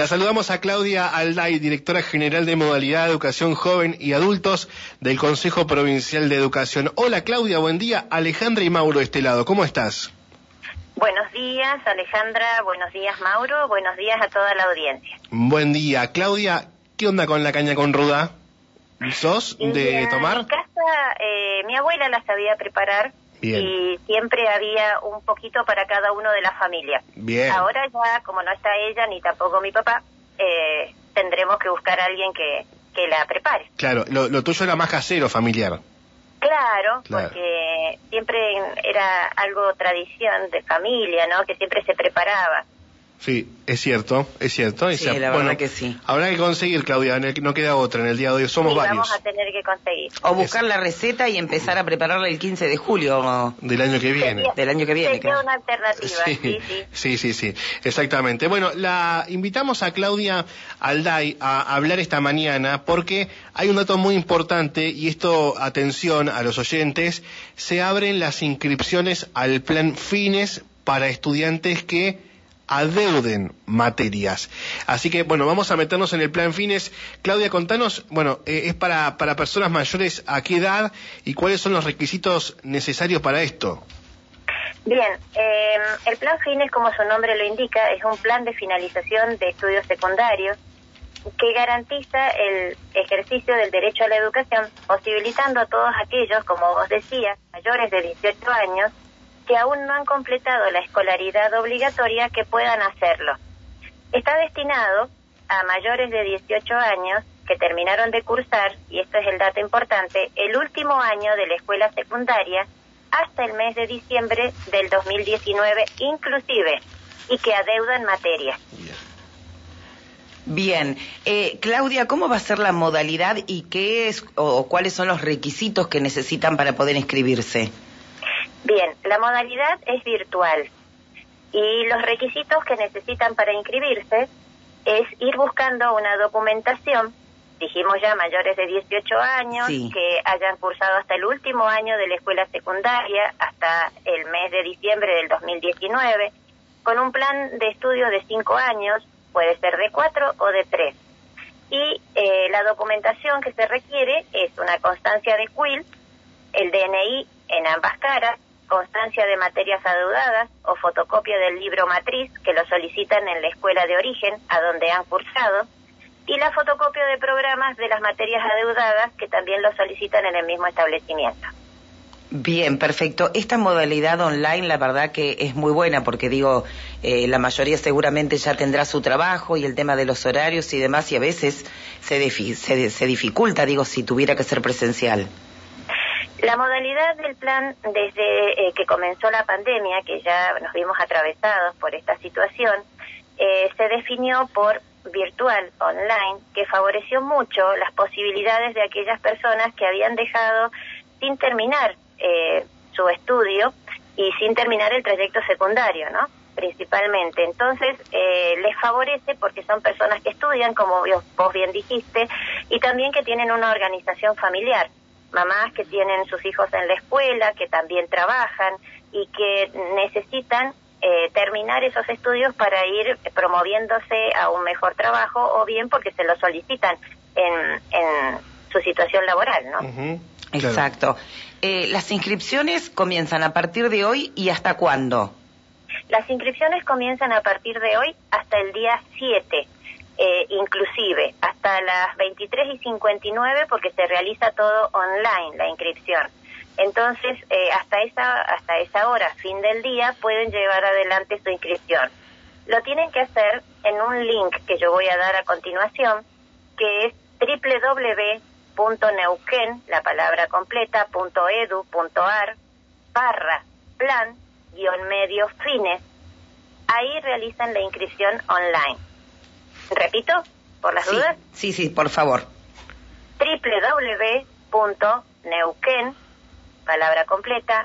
La saludamos a Claudia Alday, directora general de Modalidad de Educación Joven y Adultos del Consejo Provincial de Educación. Hola Claudia, buen día. Alejandra y Mauro de este lado, ¿cómo estás? Buenos días Alejandra, buenos días Mauro, buenos días a toda la audiencia. Buen día. Claudia, ¿qué onda con la caña con ruda? ¿Sos de tomar? En mi casa mi abuela la sabía preparar. Bien. Y siempre había un poquito para cada uno de la familia. Bien. Ahora ya, como no está ella ni tampoco mi papá, tendremos que buscar a alguien que la prepare. Claro, lo tuyo era más casero, familiar. Claro, porque siempre era algo tradición de familia, ¿no? Que siempre se preparaba. Sí, es cierto. Sí, la verdad que sí. Habrá que conseguir, Claudia, no queda otra en el día de hoy, somos varios. Vamos a tener que conseguir. O buscar la receta y empezar a prepararla el 15 de julio. Del año que viene. Sería una alternativa, sí, exactamente. Bueno, la invitamos a Claudia Alday a hablar esta mañana porque hay un dato muy importante y esto, atención a los oyentes, se abren las inscripciones al plan Fines para estudiantes que adeuden materias. Así que, bueno, vamos a meternos en el plan Fines. Claudia, contanos, es para personas mayores, ¿a qué edad y cuáles son los requisitos necesarios para esto? Bien, el plan Fines, como su nombre lo indica, es un plan de finalización de estudios secundarios que garantiza el ejercicio del derecho a la educación, posibilitando a todos aquellos, como vos decías, mayores de 18 años, que aún no han completado la escolaridad obligatoria, que puedan hacerlo. Está destinado a mayores de 18 años que terminaron de cursar, y esto es el dato importante, el último año de la escuela secundaria hasta el mes de diciembre del 2019 inclusive, y que adeudan materias. Bien, Claudia, ¿cómo va a ser la modalidad y qué es o cuáles son los requisitos que necesitan para poder inscribirse? Bien, la modalidad es virtual y los requisitos que necesitan para inscribirse es ir buscando una documentación, dijimos ya mayores de 18 años, sí, que hayan cursado hasta el último año de la escuela secundaria, hasta el mes de diciembre del 2019, con un plan de estudio de 5 años, puede ser de 4 o de 3. Y la documentación que se requiere es una constancia de CUIL, el DNI en ambas caras, constancia de materias adeudadas o fotocopia del libro matriz que lo solicitan en la escuela de origen a donde han cursado, y la fotocopia de programas de las materias adeudadas que también lo solicitan en el mismo establecimiento. Bien, perfecto. Esta modalidad online la verdad que es muy buena porque la mayoría seguramente ya tendrá su trabajo y el tema de los horarios y demás, y a veces se dificulta, si tuviera que ser presencial. La modalidad del plan, desde que comenzó la pandemia, que ya nos vimos atravesados por esta situación, se definió por virtual, online, que favoreció mucho las posibilidades de aquellas personas que habían dejado sin terminar su estudio y sin terminar el trayecto secundario, ¿no? Principalmente. Entonces, les favorece porque son personas que estudian, como vos bien dijiste, y también que tienen una organización familiar. Mamás que tienen sus hijos en la escuela, que también trabajan y que necesitan terminar esos estudios para ir promoviéndose a un mejor trabajo, o bien porque se lo solicitan en su situación laboral, ¿no? Uh-huh. Exacto. Las inscripciones comienzan a partir de hoy, ¿y hasta cuándo? Las inscripciones comienzan a partir de hoy hasta el día 7. Inclusive hasta las 23:59 porque se realiza todo online la inscripción. Entonces hasta esa hora, fin del día, pueden llevar adelante su inscripción. Lo tienen que hacer en un link que yo voy a dar a continuación, que es www.neuquén, la palabra completa, .edu.ar/plan-medio fines. Ahí realizan la inscripción online. ¿Repito? ¿Por las dudas? Sí, por favor. www.neuquén, palabra completa,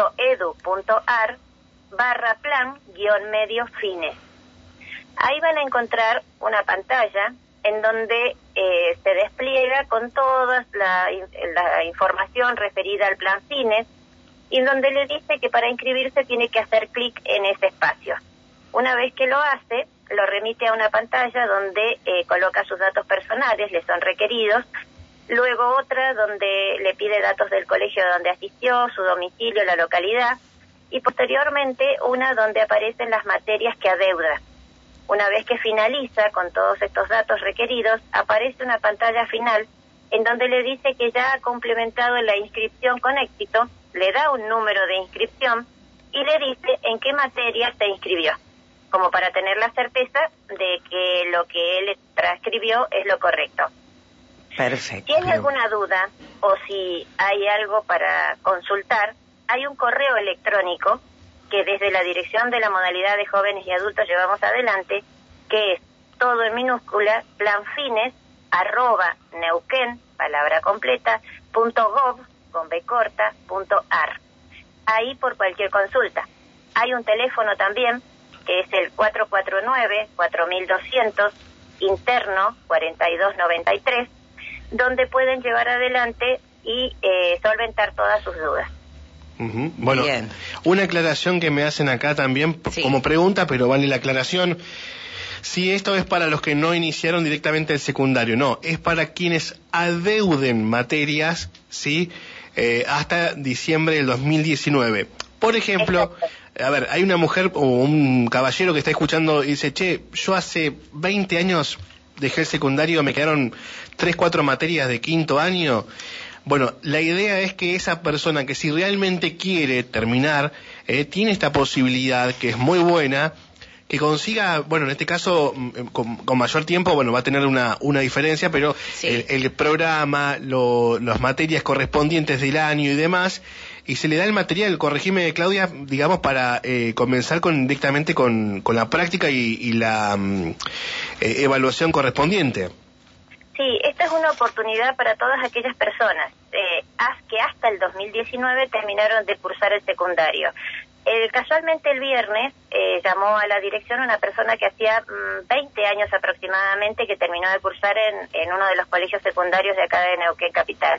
.edu.ar/plan-medio fines. Ahí van a encontrar una pantalla en donde se despliega con toda la información referida al plan Fines, y donde le dice que para inscribirse tiene que hacer clic en ese espacio. Una vez que lo hace, lo remite a una pantalla donde coloca sus datos personales, le son requeridos, luego otra donde le pide datos del colegio donde asistió, su domicilio, la localidad, y posteriormente una donde aparecen las materias que adeuda. Una vez que finaliza con todos estos datos requeridos, aparece una pantalla final en donde le dice que ya ha complementado la inscripción con éxito, le da un número de inscripción y le dice en qué materia se inscribió, como para tener la certeza de que lo que él transcribió es lo correcto. Perfecto. Si hay alguna duda o si hay algo para consultar, hay un correo electrónico que desde la dirección de la modalidad de jóvenes y adultos llevamos adelante, que es todo en minúscula, planfines@neuquén, palabra completa, .gov, con B corta, .ar. Ahí por cualquier consulta. Hay un teléfono también, que es el 449-4200, interno 4293, donde pueden llevar adelante y solventar todas sus dudas. Bueno, bien. Una aclaración que me hacen acá también como pregunta, pero vale la aclaración. Si esto es para los que no iniciaron directamente el secundario, no, es para quienes adeuden materias, ¿sí? Hasta diciembre del 2019. Por ejemplo, a ver, hay una mujer o un caballero que está escuchando y dice, che, yo hace 20 años dejé el secundario, me quedaron 3-4 materias de quinto año. Bueno, la idea es que esa persona que si realmente quiere terminar, tiene esta posibilidad que es muy buena, que consiga, bueno, en este caso, con mayor tiempo, bueno, va a tener una diferencia, pero el programa, las materias correspondientes del año y demás, y se le da el material, corregime Claudia, digamos, para comenzar directamente con la práctica y la evaluación correspondiente. Sí, esta es una oportunidad para todas aquellas personas que hasta el 2019 terminaron de cursar el secundario. Casualmente el viernes llamó a la dirección una persona que hacía 20 años aproximadamente que terminó de cursar en uno de los colegios secundarios de acá de Neuquén Capital.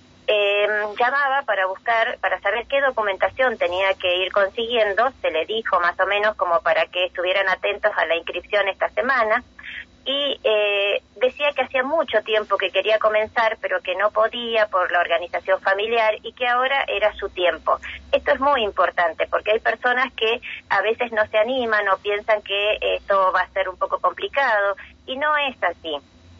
Llamaba para saber qué documentación tenía que ir consiguiendo, se le dijo más o menos como para que estuvieran atentos a la inscripción esta semana, y decía que hacía mucho tiempo que quería comenzar, pero que no podía por la organización familiar y que ahora era su tiempo. Esto es muy importante porque hay personas que a veces no se animan o piensan que esto va a ser un poco complicado y no es así.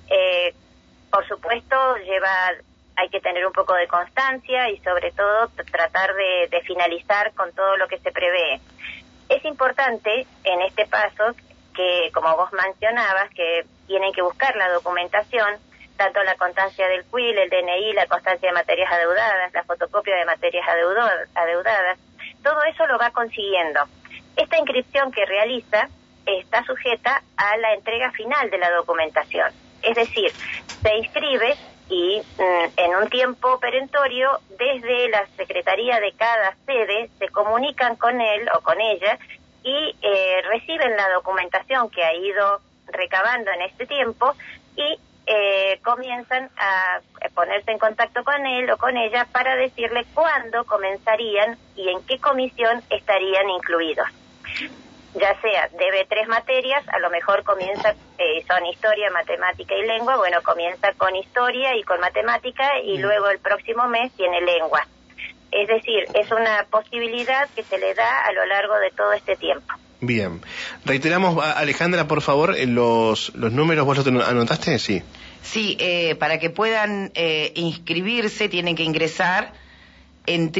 Por supuesto, hay que tener un poco de constancia y sobre todo tratar de finalizar con todo lo que se prevé. Es importante en este paso que, como vos mencionabas, que tienen que buscar la documentación, tanto la constancia del CUIL, el DNI, la constancia de materias adeudadas, la fotocopia de materias adeudadas, todo eso lo va consiguiendo. Esta inscripción que realiza está sujeta a la entrega final de la documentación, es decir, se inscribe y en un tiempo perentorio desde la secretaría de cada sede se comunican con él o con ella y reciben la documentación que ha ido recabando en este tiempo y comienzan a ponerse en contacto con él o con ella para decirle cuándo comenzarían y en qué comisión estarían incluidos. Ya sea, debe 3 materias, a lo mejor comienza, son historia, matemática y lengua, bueno, comienza con historia y con matemática y luego el próximo mes tiene lengua. Es decir, es una posibilidad que se le da a lo largo de todo este tiempo. Bien. Reiteramos, Alejandra, por favor, los números, ¿vos los anotaste? Sí. Sí, para que puedan inscribirse tienen que ingresar en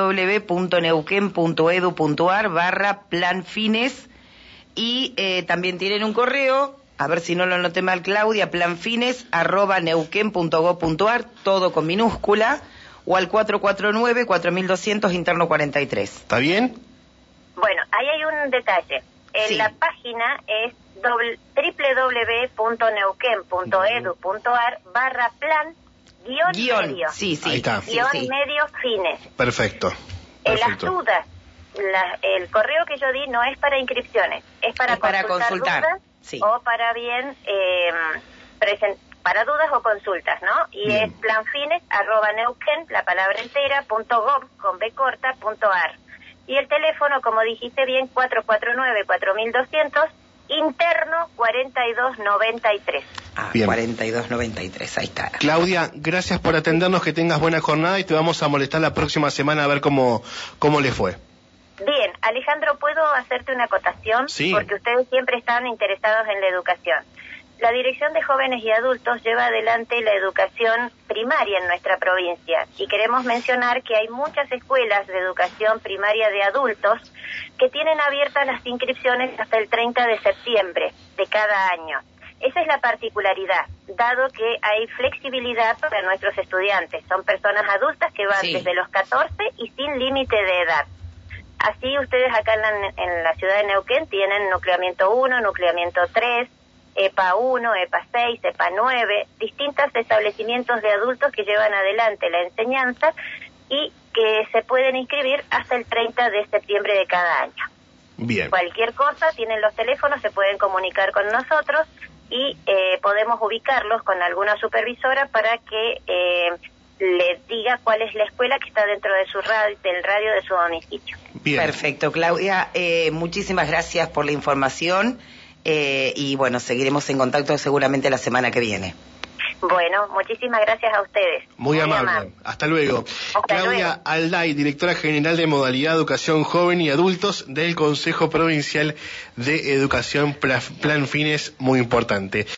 www.neuquén.edu.ar/planfines y también tienen un correo, a ver si no lo anoté mal, Claudia, planfines@neuquén.gov.ar, todo con minúscula, o al 449-4200 interno 43. ¿Está bien? Bueno, ahí hay un detalle. La página es www.neuquén.edu.ar/plan-medio. Sí. Ahí está. Medio fines. Perfecto. Las dudas, el correo que yo di no es para inscripciones, es para consultar dudas o para para dudas o consultas, ¿no? Y bien. Es planfines@neuquén, la palabra entera, .gov, con B corta, .ar. Y el teléfono, como dijiste bien, 449-4200, interno 4293. Ah, Bien. 4293, ahí está. Claudia, gracias por atendernos, que tengas buena jornada y te vamos a molestar la próxima semana a ver cómo le fue. Bien, Alejandro, ¿puedo hacerte una acotación? Sí. Porque ustedes siempre están interesados en la educación. La Dirección de Jóvenes y Adultos lleva adelante la educación primaria en nuestra provincia y queremos mencionar que hay muchas escuelas de educación primaria de adultos que tienen abiertas las inscripciones hasta el 30 de septiembre de cada año. Esa es la particularidad, dado que hay flexibilidad para nuestros estudiantes. Son personas adultas que van desde los 14 y sin límite de edad. Así ustedes acá en la ciudad de Neuquén tienen nucleamiento 1, nucleamiento 3, EPA 1, EPA 6, EPA 9, distintos establecimientos de adultos que llevan adelante la enseñanza y que se pueden inscribir hasta el 30 de septiembre de cada año. Bien. Cualquier cosa, tienen los teléfonos, se pueden comunicar con nosotros y podemos ubicarlos con alguna supervisora para que les diga cuál es la escuela que está dentro de del radio de su domicilio. Bien. Perfecto, Claudia, muchísimas gracias por la información y bueno, seguiremos en contacto seguramente la semana que viene. Bueno, muchísimas gracias a ustedes. Muy amable. Hasta luego. Claudia Alday, directora general de Modalidad Educación Joven y Adultos del Consejo Provincial de Educación, Plan Fines, muy importante.